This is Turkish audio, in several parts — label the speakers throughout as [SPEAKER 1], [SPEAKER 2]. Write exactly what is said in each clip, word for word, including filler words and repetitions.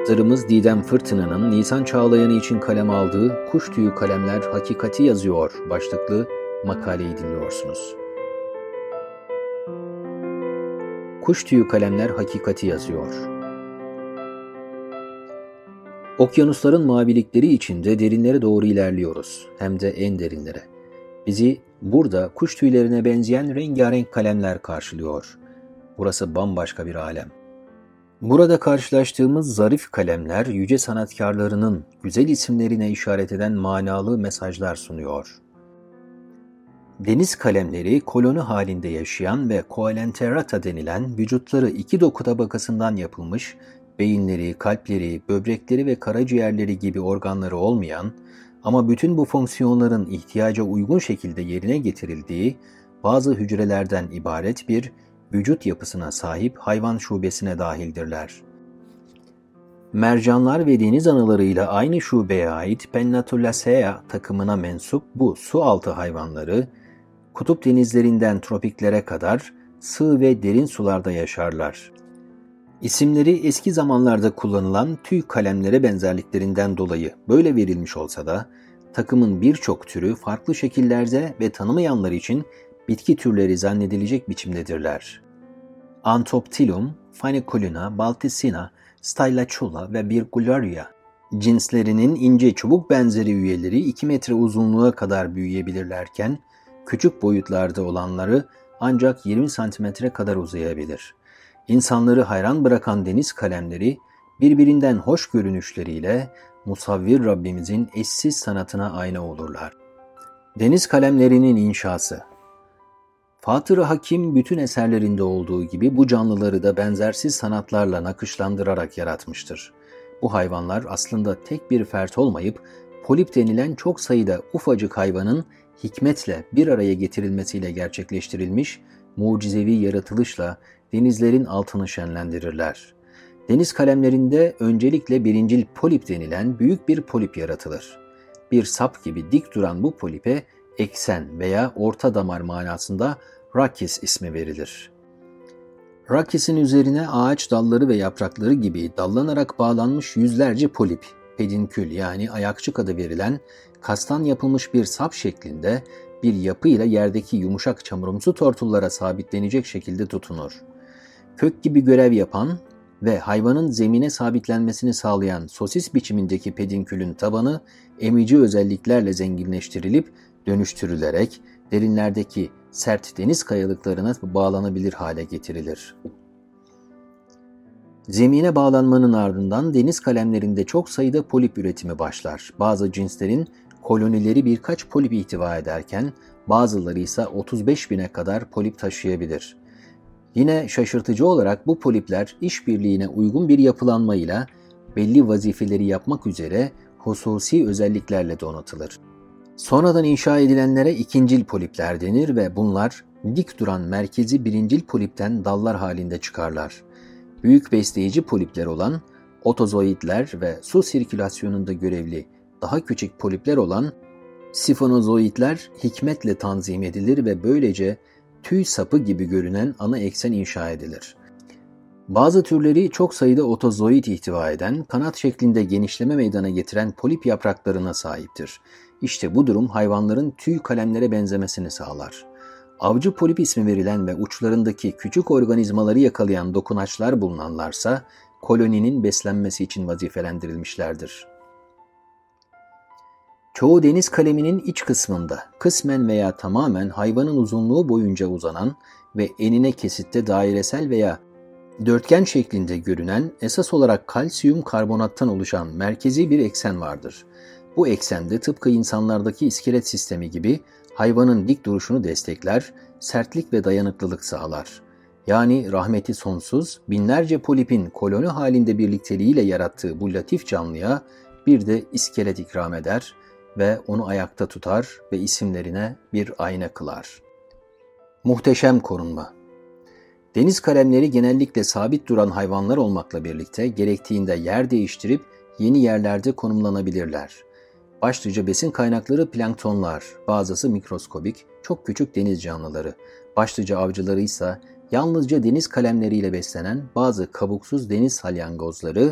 [SPEAKER 1] Üstadlarımız Didem Fırtına'nın Nisan Çağlayanı için kaleme aldığı "Kuş Tüyü Kalemler Hakikati Yazıyor" başlıklı makaleyi dinliyorsunuz. Kuş tüyü kalemler hakikati yazıyor. Okyanusların mavilikleri içinde derinlere doğru ilerliyoruz, hem de en derinlere. Bizi burada kuş tüylerine benzeyen rengarenk kalemler karşılıyor. Burası bambaşka bir alem. Burada karşılaştığımız zarif kalemler, yüce sanatkarlarının güzel isimlerine işaret eden manalı mesajlar sunuyor. Deniz kalemleri, koloni halinde yaşayan ve coelenterata denilen vücutları iki doku tabakasından yapılmış, beyinleri, kalpleri, böbrekleri ve karaciğerleri gibi organları olmayan ama bütün bu fonksiyonların ihtiyaca uygun şekilde yerine getirildiği bazı hücrelerden ibaret bir vücut yapısına sahip hayvan şubesine dahildirler. Mercanlar ve deniz analarıyla aynı şubeye ait Pennatulaceae takımına mensup bu sualtı hayvanları, kutup denizlerinden tropiklere kadar sığ ve derin sularda yaşarlar. İsimleri eski zamanlarda kullanılan tüy kalemlere benzerliklerinden dolayı böyle verilmiş olsa da, takımın birçok türü farklı şekillerde ve tanımayanlar için bitki türleri zannedilecek biçimdedirler. Anthoptilum, Phanecolina, Balticina, Stylacula ve Birgularia cinslerinin ince çubuk benzeri üyeleri iki metre uzunluğa kadar büyüyebilirlerken, küçük boyutlarda olanları ancak yirmi santimetre kadar uzayabilir. İnsanları hayran bırakan deniz kalemleri, birbirinden hoş görünüşleriyle Musavvir Rabbimizin eşsiz sanatına ayna olurlar. Deniz kalemlerinin inşası. Fatır-ı Hakim bütün eserlerinde olduğu gibi bu canlıları da benzersiz sanatlarla nakışlandırarak yaratmıştır. Bu hayvanlar aslında tek bir fert olmayıp, polip denilen çok sayıda ufacık hayvanın hikmetle bir araya getirilmesiyle gerçekleştirilmiş mucizevi yaratılışla denizlerin altını şenlendirirler. Deniz kalemlerinde öncelikle birincil polip denilen büyük bir polip yaratılır. Bir sap gibi dik duran bu polipe eksen veya orta damar manasında rakis ismi verilir. Rakisin üzerine ağaç dalları ve yaprakları gibi dallanarak bağlanmış yüzlerce polip, pedinkül yani ayakçık adı verilen kastan yapılmış bir sap şeklinde bir yapıyla yerdeki yumuşak çamurumsu tortullara sabitlenecek şekilde tutunur. Kök gibi görev yapan ve hayvanın zemine sabitlenmesini sağlayan sosis biçimindeki pedinkülün tabanı emici özelliklerle zenginleştirilip dönüştürülerek derinlerdeki sert deniz kayalıklarına bağlanabilir hale getirilir. Zemine bağlanmanın ardından deniz kalemlerinde çok sayıda polip üretimi başlar. Bazı cinslerin kolonileri birkaç polip ihtiva ederken bazıları ise otuz beş bine kadar polip taşıyabilir. Yine şaşırtıcı olarak bu polipler işbirliğine uygun bir yapılanmayla belli vazifeleri yapmak üzere hususi özelliklerle donatılır. Sonradan inşa edilenlere ikincil polipler denir ve bunlar dik duran merkezi birincil polipten dallar halinde çıkarlar. Büyük besleyici polipler olan otozoidler ve su sirkülasyonunda görevli daha küçük polipler olan sifonozoidler hikmetle tanzim edilir ve böylece tüy sapı gibi görünen ana eksen inşa edilir. Bazı türleri çok sayıda otozoid ihtiva eden, kanat şeklinde genişleme meydana getiren polip yapraklarına sahiptir. İşte bu durum hayvanların tüy kalemlere benzemesini sağlar. Avcı polip ismi verilen ve uçlarındaki küçük organizmaları yakalayan dokunaçlar bulunanlarsa koloninin beslenmesi için vazifelendirilmişlerdir. Çoğu deniz kaleminin iç kısmında kısmen veya tamamen hayvanın uzunluğu boyunca uzanan ve enine kesitte dairesel veya dörtgen şeklinde görünen esas olarak kalsiyum karbonattan oluşan merkezi bir eksen vardır. Bu eksende tıpkı insanlardaki iskelet sistemi gibi hayvanın dik duruşunu destekler, sertlik ve dayanıklılık sağlar. Yani rahmeti sonsuz, binlerce polipin koloni halinde birlikteliğiyle yarattığı bu latif canlıya bir de iskelet ikram eder ve onu ayakta tutar ve isimlerine bir ayna kılar. Muhteşem korunma. Deniz kalemleri genellikle sabit duran hayvanlar olmakla birlikte gerektiğinde yer değiştirip yeni yerlerde konumlanabilirler. Başlıca besin kaynakları planktonlar, bazısı mikroskobik, çok küçük deniz canlıları, başlıca avcıları ise yalnızca deniz kalemleriyle beslenen bazı kabuksuz deniz salyangozları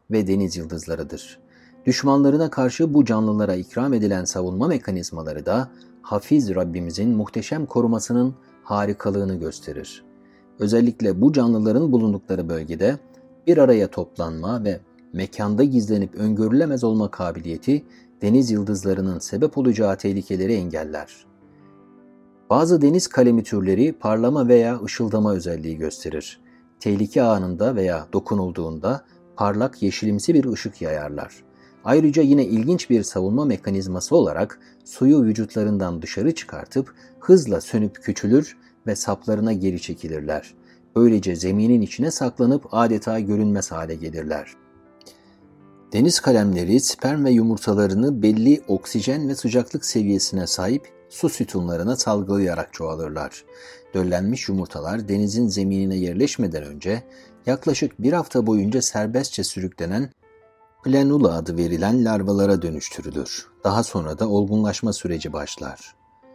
[SPEAKER 1] ve deniz yıldızlarıdır. Düşmanlarına karşı bu canlılara ikram edilen savunma mekanizmaları da Hafiz Rabbimizin muhteşem korumasının harikalığını gösterir. Özellikle bu canlıların bulundukları bölgede bir araya toplanma ve mekanda gizlenip öngörülemez olma kabiliyeti deniz yıldızlarının sebep olacağı tehlikeleri engeller. Bazı deniz kalemi türleri parlama veya ışıldama özelliği gösterir. Tehlike anında veya dokunulduğunda parlak yeşilimsi bir ışık yayarlar. Ayrıca yine ilginç bir savunma mekanizması olarak suyu vücutlarından dışarı çıkartıp hızla sönüp küçülür ve saplarına geri çekilirler. Böylece zeminin içine saklanıp adeta görünmez hale gelirler. Deniz kalemleri sperm ve yumurtalarını belli oksijen ve sıcaklık seviyesine sahip su sütunlarına salgılayarak çoğalırlar. Döllenmiş yumurtalar denizin zeminine yerleşmeden önce yaklaşık bir hafta boyunca serbestçe sürüklenen planula adı verilen larvalara dönüştürülür. Daha sonra da olgunlaşma süreci başlar.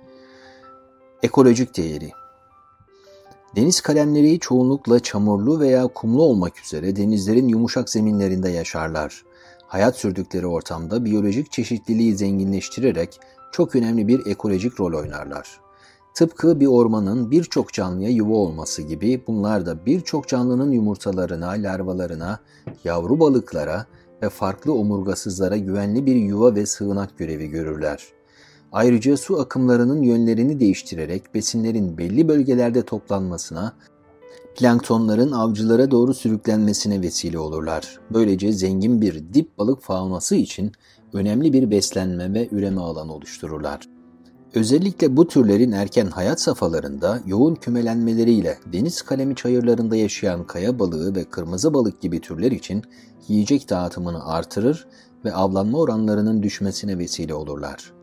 [SPEAKER 1] Ekolojik değeri. Deniz kalemleri çoğunlukla çamurlu veya kumlu olmak üzere denizlerin yumuşak zeminlerinde yaşarlar. Hayat sürdükleri ortamda biyolojik çeşitliliği zenginleştirerek çok önemli bir ekolojik rol oynarlar. Tıpkı bir ormanın birçok canlıya yuva olması gibi bunlar da birçok canlının yumurtalarına, larvalarına, yavru balıklara ve farklı omurgasızlara güvenli bir yuva ve sığınak görevi görürler. Ayrıca su akımlarının yönlerini değiştirerek besinlerin belli bölgelerde toplanmasına, planktonların avcılara doğru sürüklenmesine vesile olurlar. Böylece zengin bir dip balık faunası için önemli bir beslenme ve üreme alanı oluştururlar. Özellikle bu türlerin erken hayat safhalarında yoğun kümelenmeleriyle deniz kalemi çayırlarında yaşayan kaya balığı ve kırmızı balık gibi türler için yiyecek dağıtımını artırır ve avlanma oranlarının düşmesine vesile olurlar.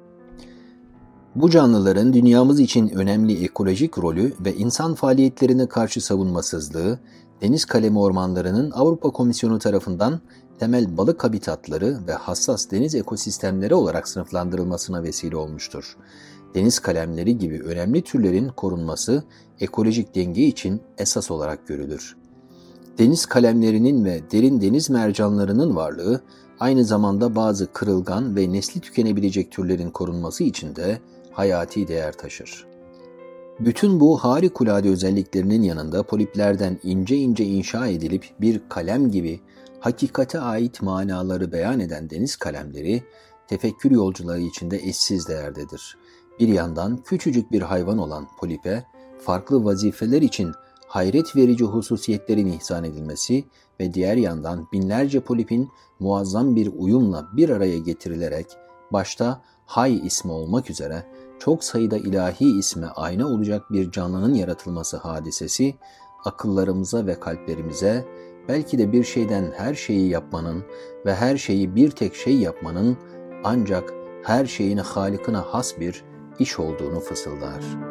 [SPEAKER 1] Bu canlıların dünyamız için önemli ekolojik rolü ve insan faaliyetlerine karşı savunmasızlığı, deniz kalemi ormanlarının Avrupa Komisyonu tarafından temel balık habitatları ve hassas deniz ekosistemleri olarak sınıflandırılmasına vesile olmuştur. Deniz kalemleri gibi önemli türlerin korunması ekolojik denge için esas olarak görülür. Deniz kalemlerinin ve derin deniz mercanlarının varlığı aynı zamanda bazı kırılgan ve nesli tükenebilecek türlerin korunması için de hayati değer taşır. Bütün bu harikulade özelliklerinin yanında poliplerden ince ince inşa edilip bir kalem gibi hakikate ait manaları beyan eden deniz kalemleri, tefekkür yolcuları içinde eşsiz değerdedir. Bir yandan küçücük bir hayvan olan polipe, farklı vazifeler için hayret verici hususiyetlerin ihsan edilmesi ve diğer yandan binlerce polipin muazzam bir uyumla bir araya getirilerek, başta Hay ismi olmak üzere çok sayıda ilahi isme ayna olacak bir canlının yaratılması hadisesi, akıllarımıza ve kalplerimize belki de bir şeyden her şeyi yapmanın ve her şeyi bir tek şey yapmanın ancak her şeyin Halık'ına has bir iş olduğunu fısıldar.